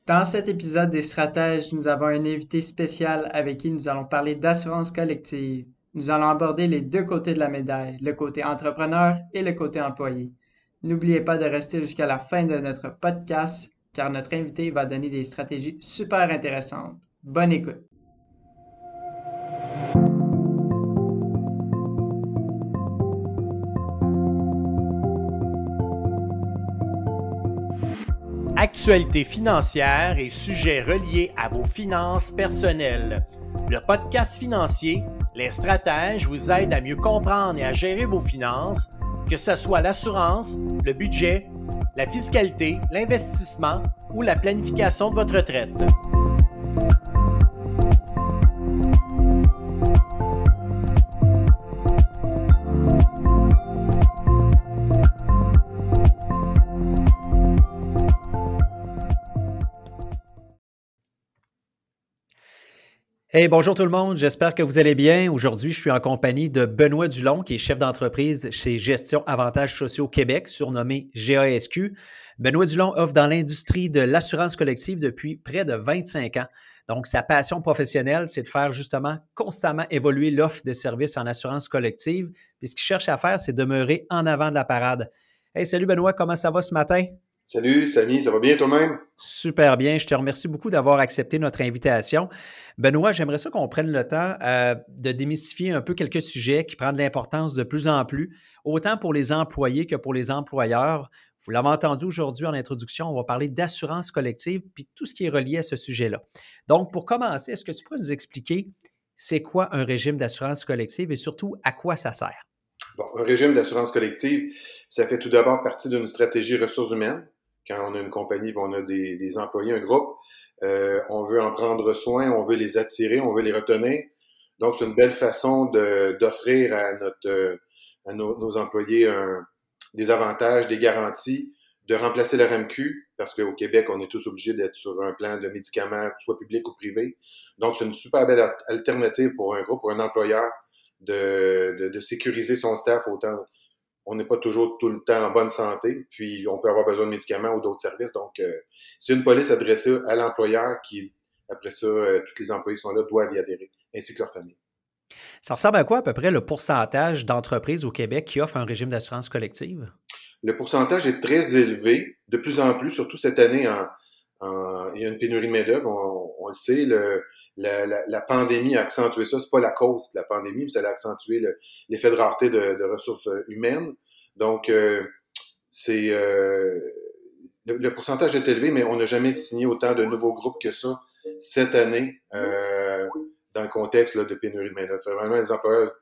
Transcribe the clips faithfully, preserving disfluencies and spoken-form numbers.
Dans cet épisode des Stratèges, nous avons un invité spécial avec qui nous allons parler d'assurance collective. Nous allons aborder les deux côtés de la médaille, le côté entrepreneur et le côté employé. N'oubliez pas de rester jusqu'à la fin de notre podcast car notre invité va donner des stratégies super intéressantes. Bonne écoute! Actualité financière et sujets reliés à vos finances personnelles. Le podcast financier, Les Stratèges vous aide à mieux comprendre et à gérer vos finances, que ce soit l'assurance, le budget, la fiscalité, l'investissement ou la planification de votre retraite. Hey, bonjour tout le monde, j'espère que vous allez bien. Aujourd'hui, je suis en compagnie de Benoît Dulon, qui est chef d'entreprise chez Gestion Avantages Sociaux Québec, surnommé G A S Q. Benoît Dulon offre dans l'industrie de l'assurance collective depuis près de vingt-cinq ans. Donc, sa passion professionnelle, c'est de faire justement constamment évoluer l'offre de services en assurance collective. Puis ce qu'il cherche à faire, c'est demeurer en avant de la parade. Hey, salut Benoît, comment ça va ce matin? Salut Samy, ça va bien toi-même? Super bien. Je te remercie beaucoup d'avoir accepté notre invitation. Benoît, j'aimerais ça qu'on prenne le temps euh, de démystifier un peu quelques sujets qui prennent de l'importance de plus en plus, autant pour les employés que pour les employeurs. Vous l'avez entendu aujourd'hui en introduction, on va parler d'assurance collective puis tout ce qui est relié à ce sujet-là. Donc, pour commencer, est-ce que tu pourrais nous expliquer c'est quoi un régime d'assurance collective et surtout à quoi ça sert? Bon, un régime d'assurance collective, ça fait tout d'abord partie d'une stratégie ressources humaines. Quand on a une compagnie, on a des, des employés, un groupe, euh, on veut en prendre soin, on veut les attirer, on veut les retenir. Donc, c'est une belle façon de, d'offrir à, notre, à nos, nos employés un, des avantages, des garanties, de remplacer le R M Q, parce qu'au Québec, on est tous obligés d'être sur un plan de médicaments, soit public ou privé. Donc, c'est une super belle alternative pour un groupe, pour un employeur, de, de, de sécuriser son staff autant. On n'est pas toujours tout le temps en bonne santé, puis on peut avoir besoin de médicaments ou d'autres services. Donc, euh, c'est une police adressée à l'employeur qui, après ça, euh, tous les employés qui sont là doivent y adhérer, ainsi que leur famille. Ça ressemble à quoi à peu près le pourcentage d'entreprises au Québec qui offrent un régime d'assurance collective? Le pourcentage est très élevé, de plus en plus, surtout cette année, en, en, il y a une pénurie de main-d'œuvre, on, on le sait, le, La, la, la pandémie a accentué ça. C'est pas la cause de la pandémie, mais ça a accentué le, l'effet de rareté de, de ressources humaines. Donc, euh, c'est euh, le, le pourcentage est élevé, mais on n'a jamais signé autant de nouveaux groupes que ça cette année euh, dans le contexte là, de pénurie de main-d'œuvre. Vraiment, les employeurs,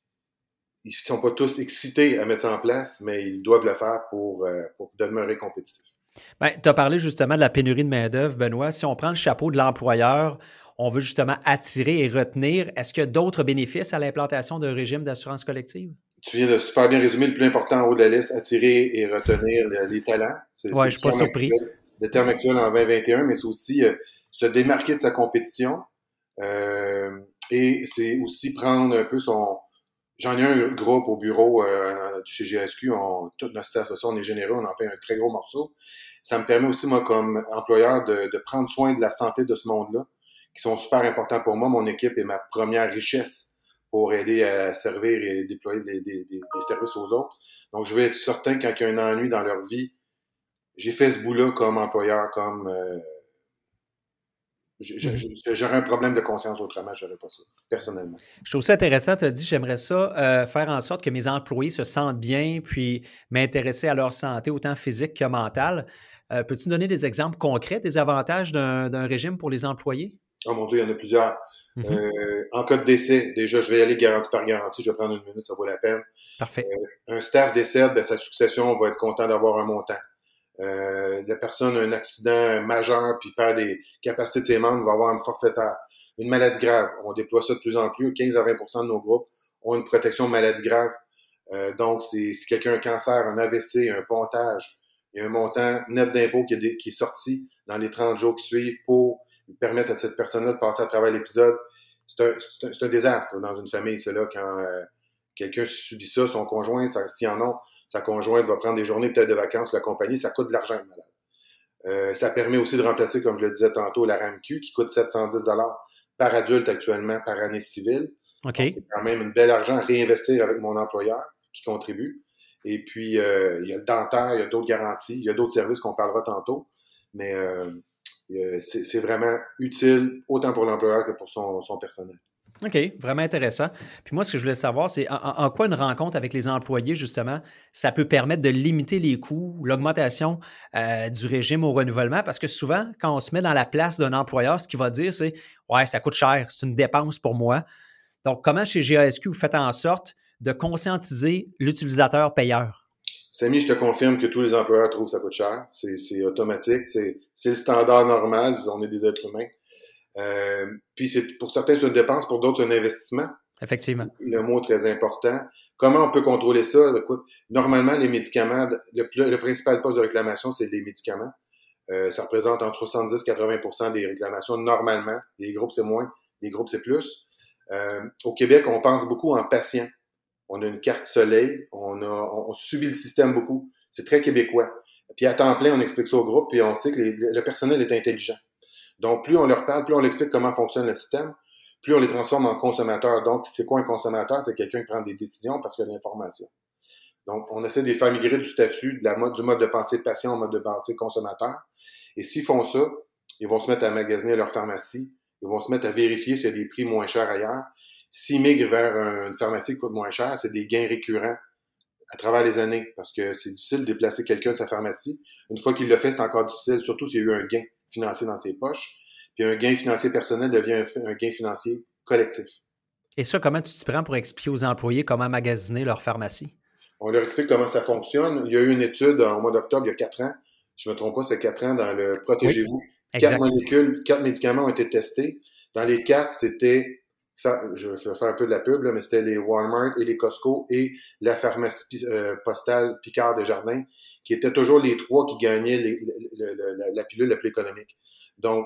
ils sont pas tous excités à mettre ça en place, mais ils doivent le faire pour, euh, pour demeurer compétitifs. Bien, tu as parlé justement de la pénurie de main-d'œuvre, Benoît. Si on prend le chapeau de l'employeur, on veut justement attirer et retenir. Est-ce qu'il y a d'autres bénéfices à l'implantation d'un régime d'assurance collective? Tu viens de super bien résumer le plus important en haut de la liste, attirer et retenir les, les talents. Oui, je ne suis pas surpris. Actuel, le terme actuel en vingt vingt et un, mais c'est aussi euh, se démarquer de sa compétition. Euh, et c'est aussi prendre un peu son... J'en ai un groupe au bureau euh, chez G S Q, on, toute notre staff, on est généreux, on en paye un très gros morceau. Ça me permet aussi, moi, comme employeur, de, de prendre soin de la santé de ce monde-là, qui sont super importants pour moi. Mon équipe est ma première richesse pour aider à servir et déployer des, des, des, des services aux autres. Donc, je veux être certain quand il y a un ennui dans leur vie, j'ai fait ce bout-là comme employeur, comme... Euh, j'aurais un problème de conscience autrement, je n'aurais pas ça, personnellement. Je trouve ça intéressant, tu as dit, j'aimerais ça euh, faire en sorte que mes employés se sentent bien, puis m'intéresser à leur santé, autant physique que mentale. Euh, peux-tu donner des exemples concrets des avantages d'un, d'un régime pour les employés? Oh mon Dieu, il y en a plusieurs. Mm-hmm. Euh, en cas de décès, déjà, je vais y aller garantie par garantie. Je vais prendre une minute, ça vaut la peine. Parfait. Euh, un staff décède, ben, sa succession va être content d'avoir un montant. Euh, la personne a un accident majeur puis perd des capacités de ses membres, va avoir un forfaitaire. Une maladie grave, on déploie ça de plus en plus. quinze à vingt pour cent de nos groupes ont une protection maladie grave. Euh, donc, c'est, si quelqu'un a un cancer, un A V C, un pontage, il y a un montant net d'impôt qui est, qui est sorti dans les trente jours qui suivent pour permettre à cette personne-là de passer à travers l'épisode. C'est un, c'est un, c'est un désastre dans une famille, cela, quand euh, quelqu'un subit ça, son conjoint, ça, s'il en a, sa conjointe va prendre des journées peut-être de vacances, l'accompagner, ça coûte de l'argent, malade. Euh, ça permet aussi de remplacer, comme je le disais tantôt, la R A M Q qui coûte sept cent dix dollars par adulte actuellement par année civile. OK. Donc, c'est quand même une belle argent à réinvestir avec mon employeur qui contribue. Et puis, euh, il y a le dentaire, il y a d'autres garanties, il y a d'autres services qu'on parlera tantôt. Mais euh, c'est, c'est vraiment utile autant pour l'employeur que pour son, son personnel. OK, vraiment intéressant. Puis moi, ce que je voulais savoir, c'est en, en quoi une rencontre avec les employés, justement, ça peut permettre de limiter les coûts, l'augmentation euh, du régime au renouvellement, parce que souvent, quand on se met dans la place d'un employeur, ce qu'il va dire, c'est « Ouais, ça coûte cher, c'est une dépense pour moi ». Donc, comment chez G A S Q, vous faites en sorte de conscientiser l'utilisateur payeur? Samy, je te confirme que tous les employeurs trouvent que ça coûte cher. C'est, c'est automatique, c'est, c'est le standard normal, on est des êtres humains. Euh, puis c'est pour certains c'est une dépense, pour d'autres c'est un investissement. Effectivement. Le mot très important. Comment on peut contrôler ça? Écoute, normalement, les médicaments, le, le principal poste de réclamation, c'est les médicaments. Euh, ça représente entre soixante-dix et quatre-vingts pour cent des réclamations normalement. Les groupes, c'est moins, les groupes, c'est plus. Euh, au Québec, on pense beaucoup en patients. On a une carte soleil, on, a, on, on subit le système beaucoup. C'est très québécois. Puis à temps plein, on explique ça au groupe, puis on sait que les, le personnel est intelligent. Donc, plus on leur parle, plus on leur explique comment fonctionne le système, plus on les transforme en consommateurs. Donc, c'est quoi un consommateur? C'est quelqu'un qui prend des décisions parce qu'il y a de l'information. Donc, on essaie de les faire migrer du statut, de la mode, du mode de pensée de patient au mode de pensée consommateur. Et s'ils font ça, ils vont se mettre à magasiner leur pharmacie, ils vont se mettre à vérifier s'il y a des prix moins chers ailleurs. S'ils migrent vers une pharmacie qui coûte moins cher, c'est des gains récurrents à travers les années, parce que c'est difficile de déplacer quelqu'un de sa pharmacie. Une fois qu'il le fait, c'est encore difficile, surtout s'il y a eu un gain financier dans ses poches. Puis un gain financier personnel devient un, un gain financier collectif. Et ça, comment tu t'y prends pour expliquer aux employés comment magasiner leur pharmacie? On leur explique comment ça fonctionne. Il y a eu une étude au mois d'octobre, il y a quatre ans. Je ne me trompe pas, c'est quatre ans dans le Protégez-vous. Oui, quatre molécules, quatre médicaments ont été testés. Dans les quatre, c'était, je vais faire un peu de la pub, là, mais c'était les Walmart et les Costco et la pharmacie euh, postale Picard Desjardins, qui étaient toujours les trois qui gagnaient les, le, le, la, la pilule la plus économique. Donc,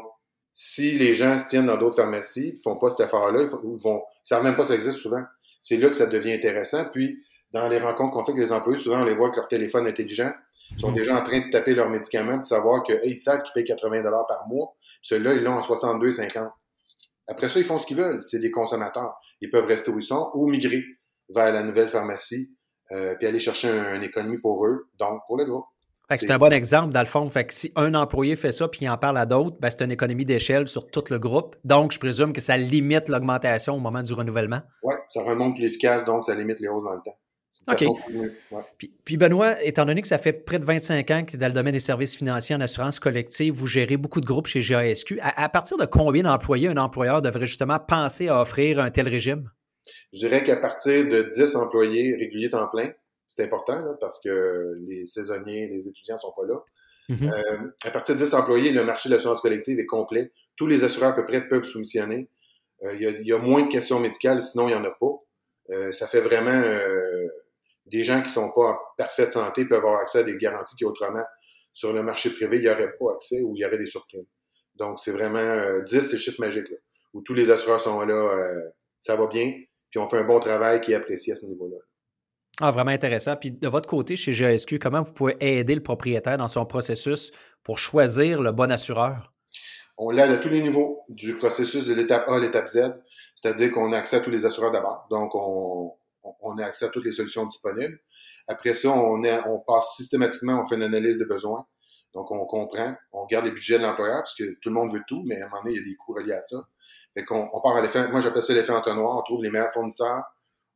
si les gens se tiennent dans d'autres pharmacies, ils font pas cet effort-là, ils vont, ils savent même pas que ça existe souvent. C'est là que ça devient intéressant. Puis, dans les rencontres qu'on fait avec les employés, souvent, on les voit avec leur téléphone intelligent. Ils sont déjà en train de taper leurs médicaments, de savoir qu'ils hey, savent qu'ils payent quatre-vingts dollars par mois. Ceux-là, ils l'ont en soixante-deux cinquante. Après ça, ils font ce qu'ils veulent. C'est des consommateurs. Ils peuvent rester où ils sont ou migrer vers la nouvelle pharmacie euh, puis aller chercher un, une économie pour eux, donc pour le groupe. Fait que c'est un bon exemple, dans le fond. Fait que si un employé fait ça puis il en parle à d'autres, ben c'est une économie d'échelle sur tout le groupe. Donc, je présume que ça limite l'augmentation au moment du renouvellement. Oui, ça rend le monde plus efficace, donc ça limite les hausses dans le temps. OK. Ouais. Puis, puis Benoît, étant donné que ça fait près de vingt-cinq ans que tu es dans le domaine des services financiers en assurance collective, vous gérez beaucoup de groupes chez G A S Q. À, à partir de combien d'employés un employeur devrait justement penser à offrir un tel régime? Je dirais qu'à partir de dix employés réguliers temps plein, c'est important là, parce que les saisonniers, les étudiants ne sont pas là. Mm-hmm. Euh, à partir de dix employés, le marché de l'assurance collective est complet. Tous les assureurs à peu près peuvent soumissionner. Euh, il, y a, il y a moins de questions médicales, sinon il n'y en a pas. Euh, ça fait vraiment... Euh, des gens qui ne sont pas en parfaite santé peuvent avoir accès à des garanties qui, autrement, sur le marché privé, il n'y aurait pas accès ou il y aurait des surprimes. Donc, c'est vraiment euh, dix, c'est le chiffre magique, là, où tous les assureurs sont là, euh, ça va bien, puis on fait un bon travail qui est apprécié à ce niveau-là. Ah, vraiment intéressant. Puis de votre côté, chez G A S Q, comment vous pouvez aider le propriétaire dans son processus pour choisir le bon assureur? On l'aide à tous les niveaux du processus de l'étape A à l'étape Z, c'est-à-dire qu'on a accès à tous les assureurs d'abord. Donc, on, on a accès à toutes les solutions disponibles. Après ça, on, est, on passe systématiquement, on fait une analyse des besoins. Donc, on comprend, on regarde les budgets de l'employeur, parce que tout le monde veut tout, mais à un moment donné, il y a des coûts reliés à ça. Fait qu'on on part à l'effet, moi j'appelle ça l'effet entonnoir, on trouve les meilleurs fournisseurs,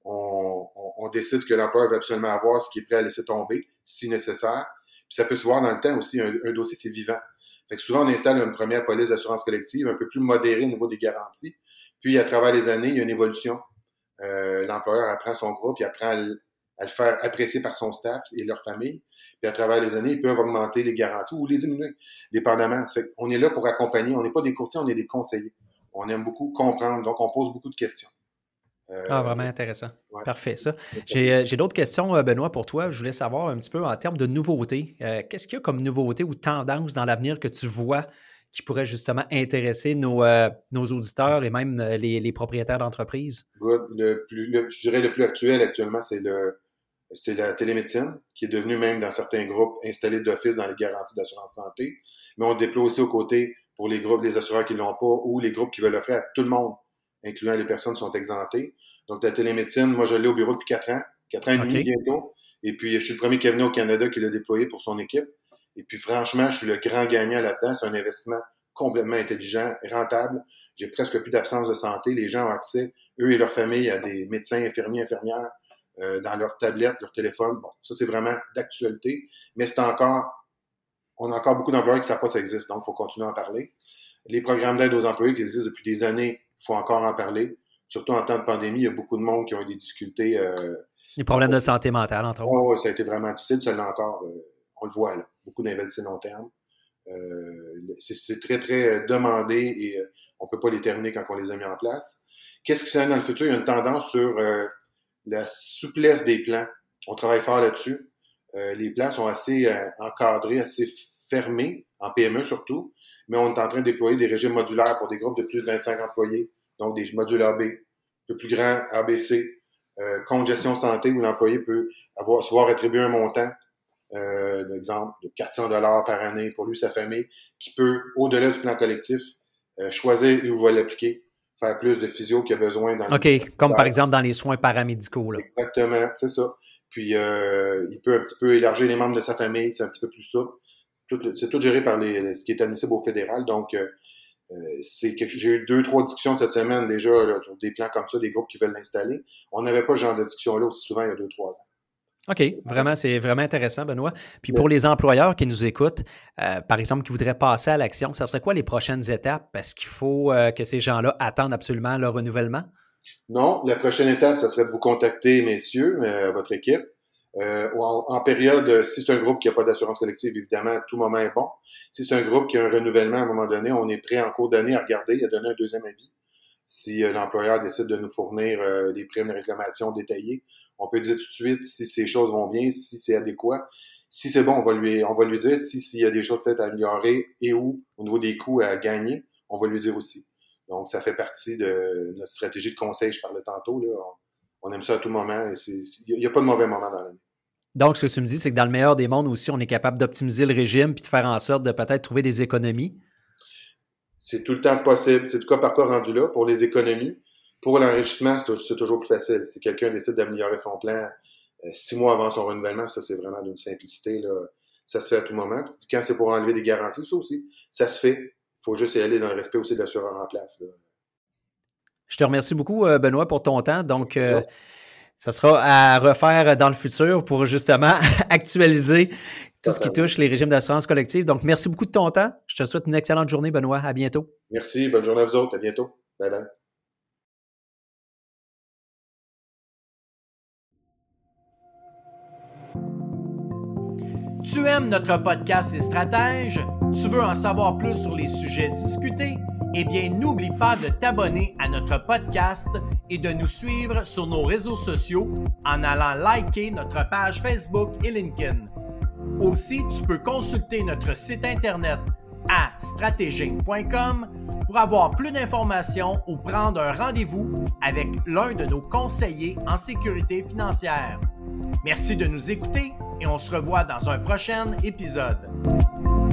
on, on, on décide que l'employeur veut absolument avoir, ce qui est prêt à laisser tomber, si nécessaire. Puis ça peut se voir dans le temps aussi, un, un dossier, c'est vivant. Fait que souvent, on installe une première police d'assurance collective, un peu plus modérée au niveau des garanties. Puis, à travers les années, il y a une évolution. Euh, l'employeur apprend son groupe, il apprend à le, à le faire apprécier par son staff et leur famille. Puis à travers les années, ils peuvent augmenter les garanties ou les diminuer, dépendamment. On est là pour accompagner. On n'est pas des courtiers, on est des conseillers. On aime beaucoup comprendre, donc on pose beaucoup de questions. Euh, ah, vraiment intéressant. Ouais. Parfait, ça. J'ai, euh, j'ai d'autres questions, Benoît, pour toi. Je voulais savoir un petit peu en termes de nouveautés. Euh, qu'est-ce qu'il y a comme nouveauté ou tendance dans l'avenir que tu vois qui pourrait justement intéresser nos, euh, nos auditeurs et même les, les propriétaires d'entreprises? Le plus, le, je dirais le plus actuel actuellement, c'est le, c'est la télémédecine, qui est devenue même dans certains groupes installée d'office dans les garanties d'assurance santé. Mais on le déploie aussi aux côtés pour les groupes, les assureurs qui ne l'ont pas ou les groupes qui veulent l'offrir à tout le monde, incluant les personnes qui sont exemptées. Donc, la télémédecine, moi, je l'ai au bureau depuis quatre ans, quatre ans et demi bientôt. Et puis, je suis le premier cabinet au Canada qui l'a déployé pour son équipe. Et puis, franchement, je suis le grand gagnant là-dedans. C'est un investissement complètement intelligent, rentable. J'ai presque plus d'absence de santé. Les gens ont accès, eux et leur famille, à des médecins, infirmiers, infirmières euh, dans leur tablette, leur téléphone. Bon, ça, c'est vraiment d'actualité. Mais c'est encore, on a encore beaucoup d'employés qui ne savent pas que ça existe. Donc, il faut continuer à en parler. Les programmes d'aide aux employés qui existent depuis des années, il faut encore en parler. Surtout en temps de pandémie, il y a beaucoup de monde qui ont eu des difficultés. Euh, Les problèmes de santé mentale, entre autres. Oh, ça a été vraiment difficile, ça l'est encore. Euh, on le voit, là. Beaucoup d'investissements long terme. Euh, c'est, c'est très, très demandé et euh, on ne peut pas les terminer quand on les a mis en place. Qu'est-ce qui s'en vient dans le futur? Il y a une tendance sur euh, la souplesse des plans. On travaille fort là-dessus. Euh, les plans sont assez euh, encadrés, assez fermés, en P M E surtout, mais on est en train de déployer des régimes modulaires pour des groupes de plus de vingt-cinq employés, donc des modules A B, un peu plus grands A B C. Euh, compte gestion santé où l'employé peut avoir, se voir attribuer un montant, euh, d'exemple, de quatre cents dollars par année pour lui, sa famille, qui peut, au-delà du plan collectif, euh, choisir où va l'appliquer, faire plus de physio qu'il a besoin dans OK, le... comme par exemple dans les soins paramédicaux. Là. Exactement, c'est ça. Puis, euh, il peut un petit peu élargir les membres de sa famille, c'est un petit peu plus souple. Tout, c'est tout géré par les, ce qui est admissible au fédéral, donc euh, Euh, c'est quelque... J'ai eu deux, trois discussions cette semaine déjà là, sur des plans comme ça, des groupes qui veulent l'installer. On n'avait pas ce genre de discussion-là aussi souvent il y a deux, trois ans. OK, vraiment, c'est vraiment intéressant, Benoît. Puis pour les employeurs qui nous écoutent, euh, par exemple, qui voudraient passer à l'action, ça serait quoi les prochaines étapes? Parce qu'il faut euh, que ces gens-là attendent absolument leur renouvellement? Non, la prochaine étape, ça serait de vous contacter, messieurs, euh, votre équipe. Euh, en, en période, si c'est un groupe qui n'a pas d'assurance collective, évidemment, tout moment est bon. Si c'est un groupe qui a un renouvellement à un moment donné, on est prêt en cours d'année à regarder, à donner un deuxième avis. Si euh, l'employeur décide de nous fournir euh, des primes de réclamation détaillées, on peut dire tout de suite si ces choses vont bien, si c'est adéquat. Si c'est bon, on va lui, on va lui dire. Si s'il y a des choses peut-être à améliorer et où, au niveau des coûts à gagner, on va lui dire aussi. Donc, ça fait partie de notre stratégie de conseil, je parlais tantôt. Là. On, on aime ça à tout moment. Il n'y a, a pas de mauvais moment dans l'année. Donc, ce que tu me dis, c'est que dans le meilleur des mondes aussi, on est capable d'optimiser le régime puis de faire en sorte de peut-être trouver des économies. C'est tout le temps possible. C'est du cas par cas rendu là pour les économies. Pour l'enrichissement, c'est, c'est toujours plus facile. Si quelqu'un décide d'améliorer son plan euh, six mois avant son renouvellement, ça, c'est vraiment d'une simplicité. Là. Ça se fait à tout moment. Puis quand c'est pour enlever des garanties, ça aussi, ça se fait. Il faut juste y aller dans le respect aussi de l'assureur en place. Là. Je te remercie beaucoup, Benoît, pour ton temps. Donc, euh, ça sera à refaire dans le futur pour justement actualiser tout ce qui touche les régimes d'assurance collective. Donc, merci beaucoup de ton temps. Je te souhaite une excellente journée, Benoît. À bientôt. Merci. Bonne journée à vous autres. À bientôt. Bye bye. Tu aimes notre podcast Les Stratèges? Tu veux en savoir plus sur les sujets discutés? Eh bien, n'oublie pas de t'abonner à notre podcast et de nous suivre sur nos réseaux sociaux en allant liker notre page Facebook et LinkedIn. Aussi, tu peux consulter notre site Internet à stratégique point com pour avoir plus d'informations ou prendre un rendez-vous avec l'un de nos conseillers en sécurité financière. Merci de nous écouter et on se revoit dans un prochain épisode.